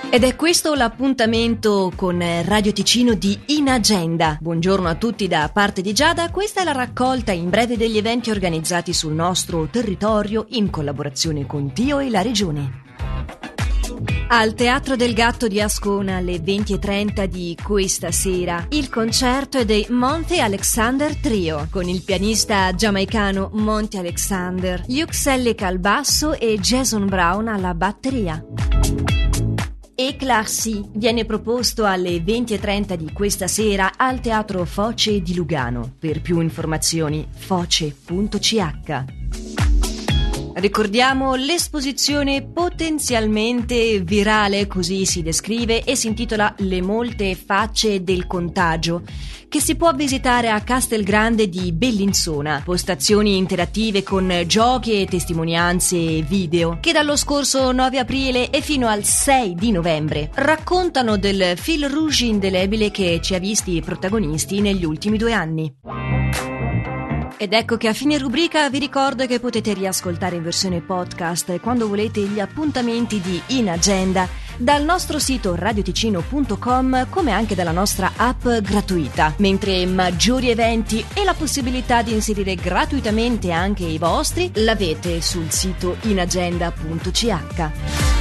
Ed è questo l'appuntamento con Radio Ticino di In Agenda. Buongiorno a tutti da parte di Giada, questa è la raccolta in breve degli eventi organizzati sul nostro territorio in collaborazione con Tio e la Regione. Al Teatro del Gatto di Ascona alle 20:30 di questa sera il concerto è dei Monty Alexander Trio con il pianista giamaicano Monty Alexander, Luke Selleck al basso e Jason Brown alla batteria. Eclairci viene proposto alle 20:30 di questa sera al Teatro Foce di Lugano. Per più informazioni foce.ch. Ricordiamo l'esposizione potenzialmente virale, così si descrive, e si intitola Le molte facce del contagio, che si può visitare a Castelgrande di Bellinzona. Postazioni interattive con giochi e testimonianze video che dallo scorso 9 aprile e fino al 6 di novembre raccontano del fil rouge indelebile che ci ha visti protagonisti negli ultimi 2 anni. Ed ecco che a fine rubrica vi ricordo che potete riascoltare in versione podcast quando volete gli appuntamenti di In Agenda dal nostro sito radioticino.com, come anche dalla nostra app gratuita, mentre maggiori eventi e la possibilità di inserire gratuitamente anche i vostri l'avete sul sito inagenda.ch.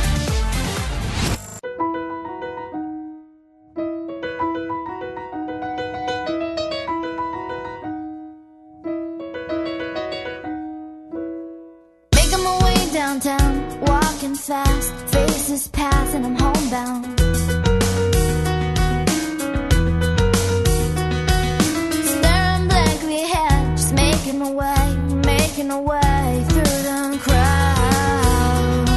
Downtown, walking fast, faces pass and I'm homebound. Staring blankly ahead, just making a way through the crowd.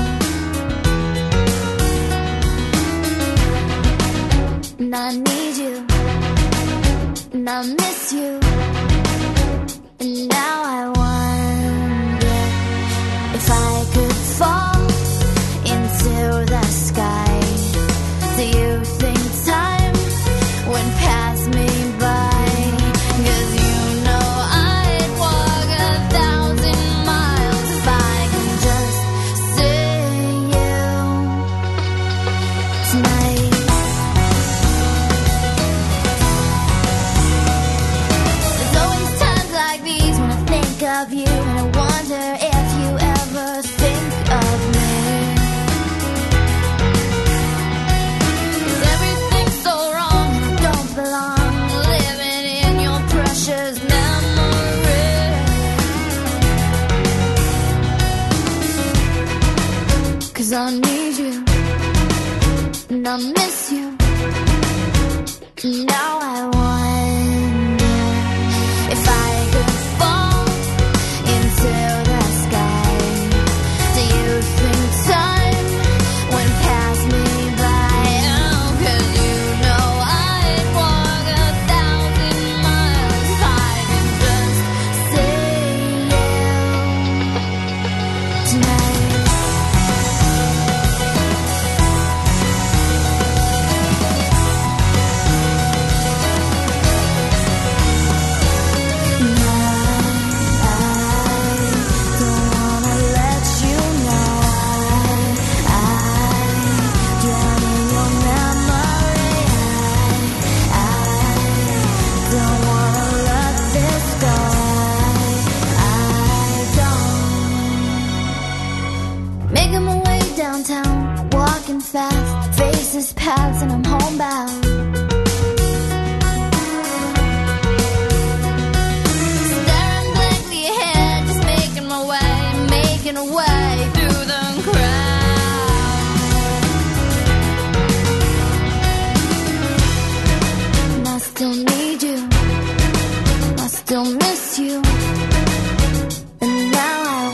And I need you, and I miss you, and now I wonder if I could fall into the sky. Do you think time would pass me by? 'Cause you know I'd walk 1,000 miles if I can just see you tonight. There's always times like these when I think of you, and I wonder if you ever think of me. 'Cause everything's so wrong and I don't belong, living in your precious memory. 'Cause I need you and I miss you, and now I wonder if I could fall into the sky. Do you think time would pass me by? Oh, 'cause you know I'd walk 1,000 miles if I could just see you tonight. Making my way downtown, walking fast, faces pass and I'm homebound. Staring blankly ahead, just making my way through the crowd. And I still need you, I still miss you, and now I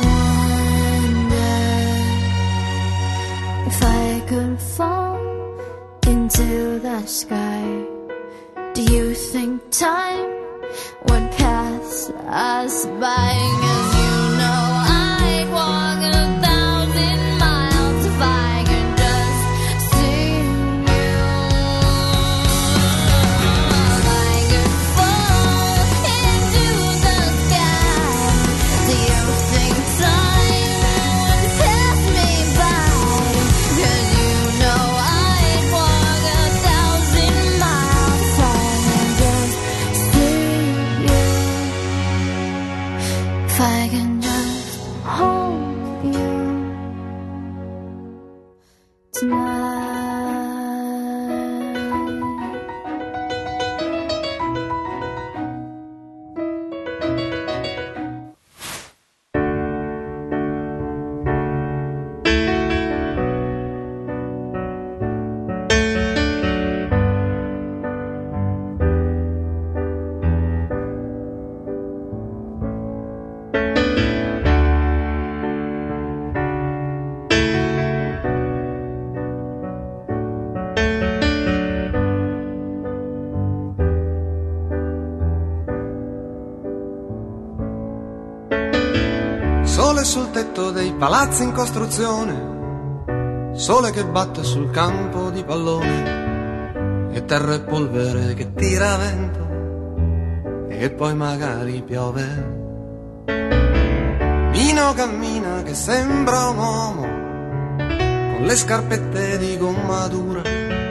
if I could fall into the sky. Do you think time would pass us by? 'Cause you know I'd walk 1,000 miles if I could just see you. If I could fall into the sky. Do you think time would pass me by? 'Cause you know I tonight. Sole sul tetto dei palazzi in costruzione, sole che batte sul campo di pallone, e terra e polvere che tira vento, e poi magari piove. Nino cammina che sembra un uomo, con le scarpette di gomma dura,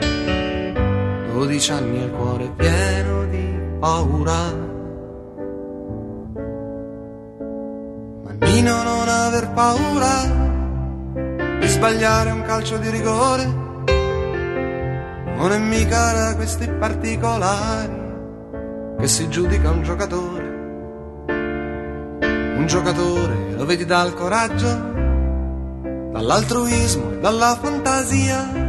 12 anni e il cuore pieno di paura. Nino, non aver paura di sbagliare un calcio di rigore, non è mica da questi particolari che si giudica un giocatore. Un giocatore lo vedi dal coraggio, dall'altruismo e dalla fantasia.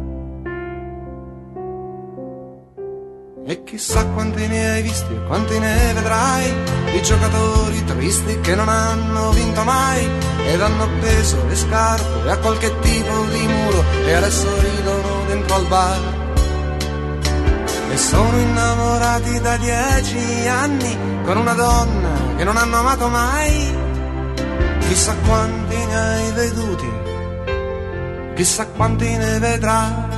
E chissà quanti ne hai visti e quanti ne vedrai, di giocatori tristi che non hanno vinto mai ed hanno appeso le scarpe a qualche tipo di muro e adesso ridono dentro al bar. E sono innamorati da 10 anni con una donna che non hanno amato mai. Chissà quanti ne hai veduti, chissà quanti ne vedrai.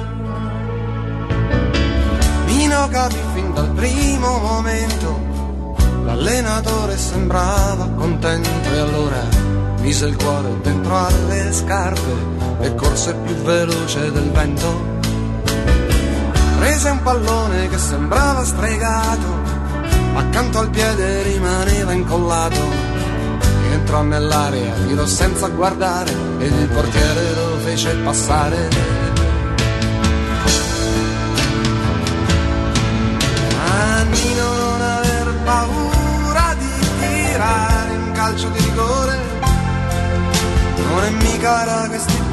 Nino capì fin dal primo momento, l'allenatore sembrava contento e allora mise il cuore dentro alle scarpe e corse più veloce del vento. Prese un pallone che sembrava stregato, accanto al piede rimaneva incollato, entrò nell'area, tirò senza guardare ed il portiere lo fece passare. Nino, non aver paura di tirare un calcio di rigore, non è mica da questi